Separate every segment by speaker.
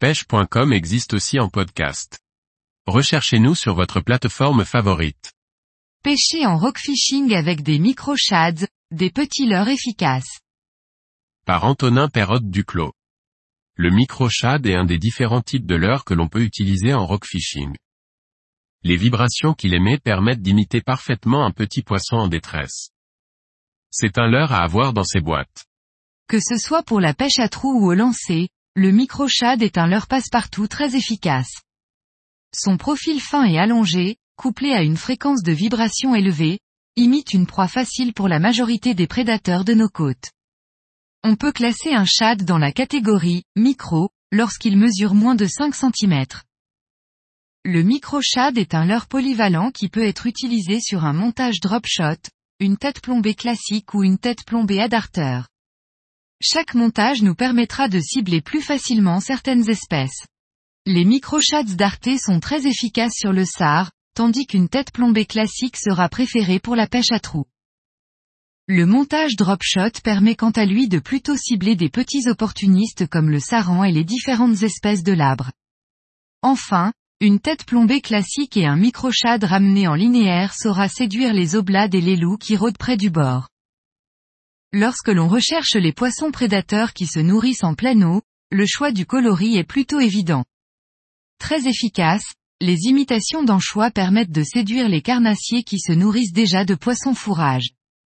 Speaker 1: pêche.com existe aussi en podcast. Recherchez-nous sur votre plateforme favorite.
Speaker 2: Pêcher en rockfishing avec des micro-shads, des petits leurres efficaces.
Speaker 1: Par Antonin Perrotte Duclos. Le micro-shad est un des différents types de leurres que l'on peut utiliser en rockfishing. Les vibrations qu'il émet permettent d'imiter parfaitement un petit poisson en détresse. C'est un leurre à avoir dans ses boîtes.
Speaker 2: Que ce soit pour la pêche à trous ou au lancer, le micro-shad est un leurre passe-partout très efficace. Son profil fin et allongé, couplé à une fréquence de vibration élevée, imite une proie facile pour la majorité des prédateurs de nos côtes. On peut classer un shad dans la catégorie « micro » lorsqu'il mesure moins de 5 cm. Le micro-shad est un leurre polyvalent qui peut être utilisé sur un montage drop shot, une tête plombée classique ou une tête plombée à darter. Chaque montage nous permettra de cibler plus facilement certaines espèces. Les micro-shads dartés sont très efficaces sur le sard, tandis qu'une tête plombée classique sera préférée pour la pêche à trous. Le montage drop shot permet quant à lui de plutôt cibler des petits opportunistes comme le saran et les différentes espèces de labre. Enfin, une tête plombée classique et un micro-shad ramené en linéaire saura séduire les oblades et les loups qui rôdent près du bord. Lorsque l'on recherche les poissons prédateurs qui se nourrissent en pleine eau, le choix du coloris est plutôt évident. Très efficace, les imitations d'anchois permettent de séduire les carnassiers qui se nourrissent déjà de poissons fourrage.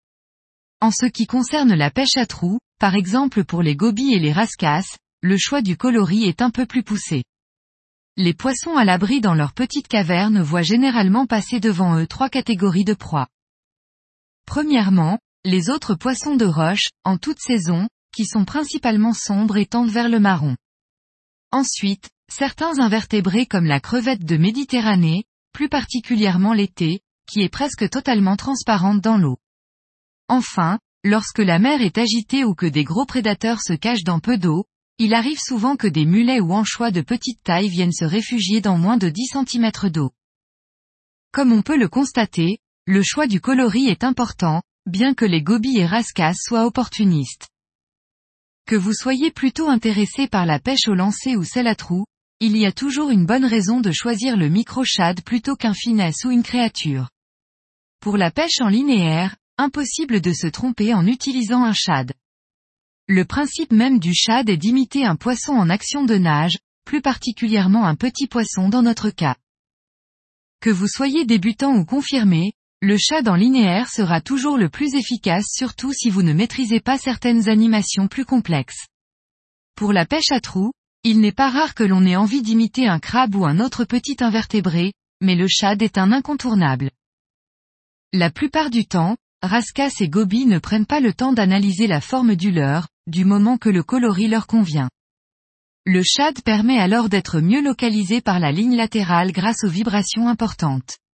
Speaker 2: En ce qui concerne la pêche à trous, par exemple pour les gobies et les rascasses, le choix du coloris est un peu plus poussé. Les poissons à l'abri dans leur petite caverne voient généralement passer devant eux 3 catégories de proies. Premièrement, les autres poissons de roche, en toute saison, qui sont principalement sombres et tendent vers le marron. Ensuite, certains invertébrés comme la crevette de Méditerranée, plus particulièrement l'été, qui est presque totalement transparente dans l'eau. Enfin, lorsque la mer est agitée ou que des gros prédateurs se cachent dans peu d'eau, il arrive souvent que des mulets ou anchois de petite taille viennent se réfugier dans moins de 10 cm d'eau. Comme on peut le constater, le choix du coloris est important, bien que les gobies et rascasses soient opportunistes. Que vous soyez plutôt intéressé par la pêche au lancer ou celle à trous, il y a toujours une bonne raison de choisir le micro-shad plutôt qu'un finesse ou une créature. Pour la pêche en linéaire, impossible de se tromper en utilisant un shad. Le principe même du shad est d'imiter un poisson en action de nage, plus particulièrement un petit poisson dans notre cas. Que vous soyez débutant ou confirmé, le shad en linéaire sera toujours le plus efficace surtout si vous ne maîtrisez pas certaines animations plus complexes. Pour la pêche à trous, il n'est pas rare que l'on ait envie d'imiter un crabe ou un autre petit invertébré, mais le shad est un incontournable. La plupart du temps, rascasses et gobies ne prennent pas le temps d'analyser la forme du leurre, du moment que le coloris leur convient. Le shad permet alors d'être mieux localisé par la ligne latérale grâce aux vibrations importantes.